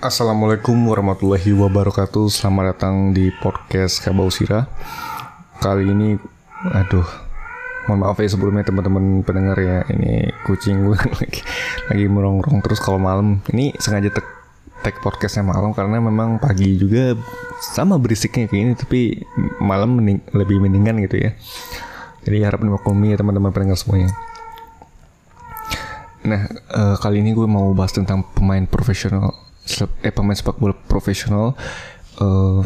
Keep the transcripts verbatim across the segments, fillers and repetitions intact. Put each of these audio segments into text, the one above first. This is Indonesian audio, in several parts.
Assalamualaikum warahmatullahi wabarakatuh. Selamat datang di podcast Kabau Sira. Kali ini, aduh, mohon maaf ya sebelumnya teman-teman pendengar ya. Ini kucing gue lagi lagi merongrong terus kalau malam. Ini sengaja tek tag podcastnya malam karena memang pagi juga sama berisiknya kayak ini, tapi malam mending, lebih mendingan gitu ya. Jadi harap dimaklumi ya teman-teman pendengar semuanya. Nah, uh, kali ini gue mau bahas tentang pemain profesional. Eh pemain sepak bola profesional uh,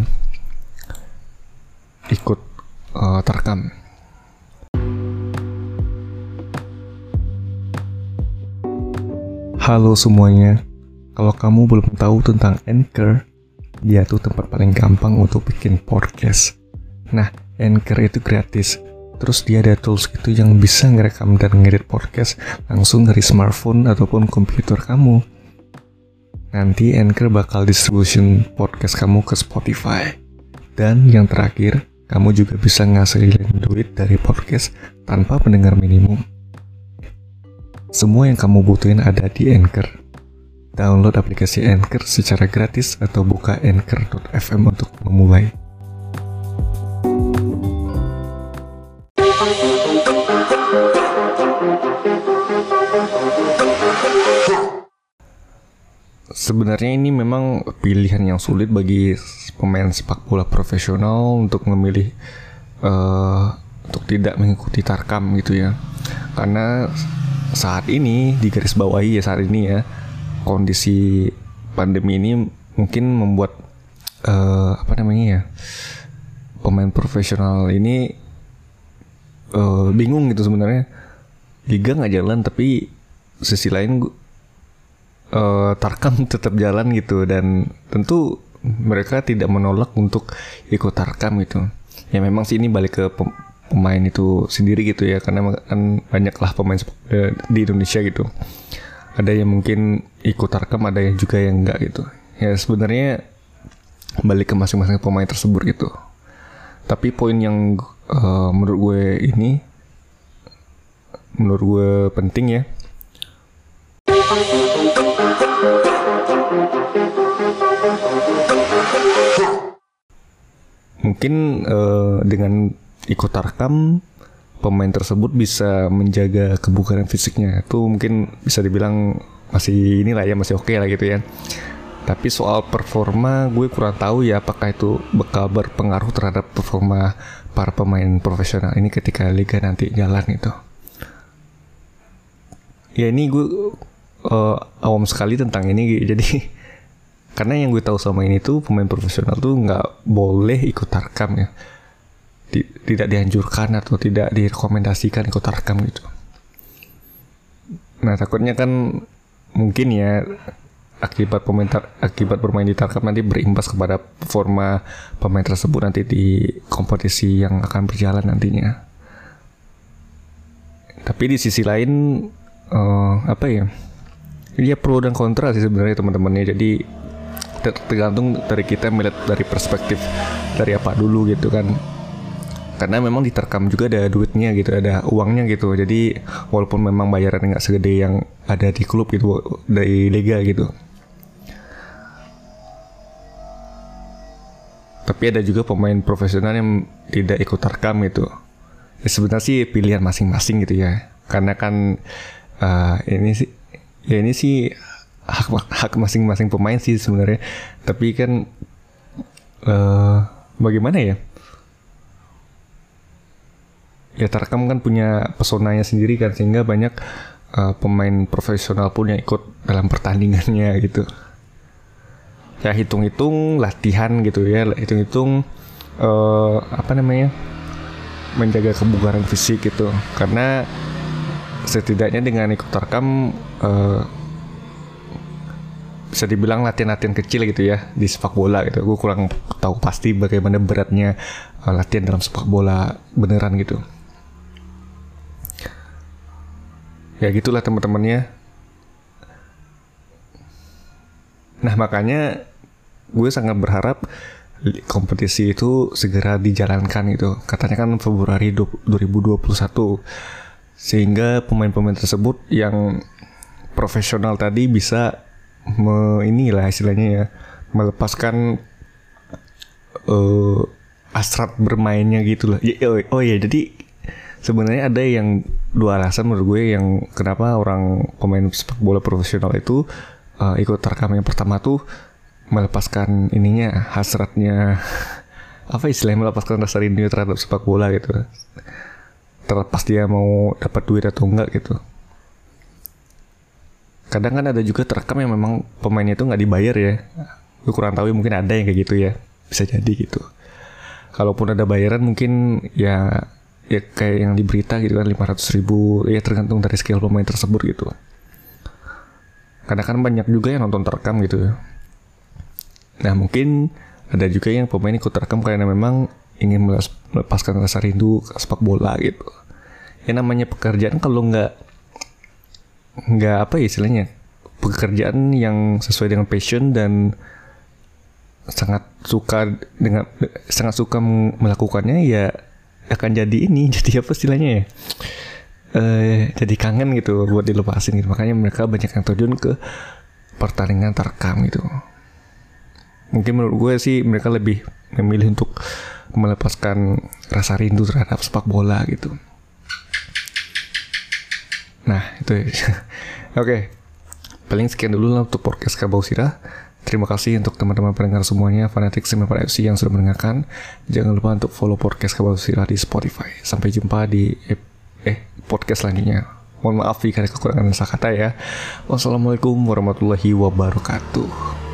ikut uh, terkam. Halo semuanya, kalau kamu belum tahu tentang Anchor, dia tuh tempat paling gampang untuk bikin podcast. Nah, Anchor itu gratis. Terus dia ada tools gitu yang bisa ngerekam dan ngedit podcast langsung dari smartphone ataupun komputer kamu. Nanti Anchor bakal distribution podcast kamu ke Spotify. Dan yang terakhir, kamu juga bisa ngasilin duit dari podcast tanpa pendengar minimum. Semua yang kamu butuhin ada di Anchor. Download aplikasi Anchor secara gratis atau buka anchor dot f m untuk memulai. Sebenarnya ini memang pilihan yang sulit bagi pemain sepak bola profesional untuk memilih uh, untuk tidak mengikuti tarkam gitu ya. Karena saat ini di garis bawahi ya saat ini ya kondisi pandemi ini mungkin membuat uh, apa namanya ya pemain profesional ini uh, bingung gitu sebenarnya. Liga nggak jalan tapi sisi lain Uh, tarkam tetap jalan gitu, dan tentu mereka tidak menolak untuk ikut tarkam gitu. Ya memang sih ini balik ke pem- pemain itu sendiri gitu ya, karena kan banyaklah pemain uh, di Indonesia gitu. Ada yang mungkin ikut tarkam, ada yang juga yang enggak gitu. Ya sebenarnya balik ke masing-masing pemain tersebut gitu. Tapi poin yang uh, menurut gue ini menurut gue penting ya. Mungkin uh, dengan ikut tarkam pemain tersebut bisa menjaga kebugaran fisiknya. Itu mungkin bisa dibilang masih inilah ya, masih oke okay lah gitu ya. Tapi soal performa gue kurang tahu ya apakah itu bakal berpengaruh terhadap performa para pemain profesional ini ketika liga nanti jalan itu. Ya ini gue uh, awam sekali tentang ini, jadi karena yang gue tahu sama ini tuh pemain profesional tuh nggak boleh ikut tarkam ya, Di, tidak dianjurkan atau tidak direkomendasikan ikut tarkam gitu. Nah takutnya kan mungkin ya akibat pemain tar, akibat bermain di tarkam nanti berimbas kepada performa pemain tersebut nanti di kompetisi yang akan berjalan nantinya. Tapi di sisi lain uh, apa ya? Dia pro dan kontra sih sebenarnya teman-temannya. Jadi tergantung dari kita melihat dari perspektif dari apa dulu gitu kan. Karena memang diterkam juga ada duitnya gitu, ada uangnya gitu. Jadi walaupun memang bayarannya nggak segede yang ada di klub gitu, dari liga gitu. Tapi ada juga pemain profesional yang tidak ikut tarkam gitu. Ya, sebenarnya sih pilihan masing-masing gitu ya. Karena kan uh, ini sih ya ini sih hak hak masing-masing pemain sih sebenarnya. Tapi kan uh, bagaimana ya? Ya tarkam kan punya pesonanya sendiri kan, sehingga banyak uh, pemain profesional pun yang ikut dalam pertandingannya gitu. Ya hitung-hitung latihan gitu ya, hitung-hitung uh, apa namanya? menjaga kebugaran fisik gitu. Karena setidaknya dengan ikut tarkam uh, bisa dibilang latihan-latihan kecil gitu ya di sepak bola gitu. Gue kurang tahu pasti bagaimana beratnya uh, latihan dalam sepak bola beneran gitu. Ya gitulah teman-temannya. Nah makanya gue sangat berharap kompetisi itu segera dijalankan gitu. Katanya kan Februari dua ribu dua puluh satu. Sehingga pemain-pemain tersebut yang profesional tadi bisa me, inilah istilahnya ya, melepaskan uh, hasrat bermainnya gitu lah. Oh, oh ya, jadi sebenarnya ada yang dua alasan menurut gue yang kenapa orang pemain sepak bola profesional itu uh, ikut tarkam. Yang pertama tuh melepaskan ininya, hasratnya, apa istilahnya, melepaskan rasa rindu terhadap sepak bola gitu. Terlepas dia mau dapat duit atau enggak gitu. Kadang kan ada juga terekam yang memang pemainnya itu nggak dibayar ya. Gue kurang tahu, mungkin ada yang kayak gitu ya, bisa jadi gitu. Kalaupun ada bayaran mungkin ya ya kayak yang di berita gitu kan, lima ratus ribu, ya tergantung dari skill pemain tersebut gitu. Karena kan banyak juga yang nonton terekam gitu ya. Nah mungkin ada juga yang pemain ikut terekam karena memang ingin melepaskan rasa rindu ke sepak bola gitu. Ya namanya pekerjaan, kalau nggak nggak apa ya istilahnya, pekerjaan yang sesuai dengan passion dan sangat suka dengan sangat suka melakukannya, ya akan jadi ini jadi apa istilahnya ya, eh, jadi kangen gitu buat dilepasin gitu. Makanya mereka banyak yang terjun ke pertandingan terekam gitu. Mungkin menurut gue sih mereka lebih memilih untuk melepaskan rasa rindu terhadap sepak bola gitu. Nah itu ya. Oke, paling sekian dulu lah untuk podcast Kabau Sirah. Terima kasih untuk teman-teman pendengar semuanya, fanatik Semen F C yang sudah mendengarkan. Jangan lupa untuk follow podcast Kabau Sirah di Spotify. Sampai jumpa di eh, eh podcast selanjutnya. Mohon maaf jika ada kekurangan kata ya. Wassalamualaikum warahmatullahi wabarakatuh.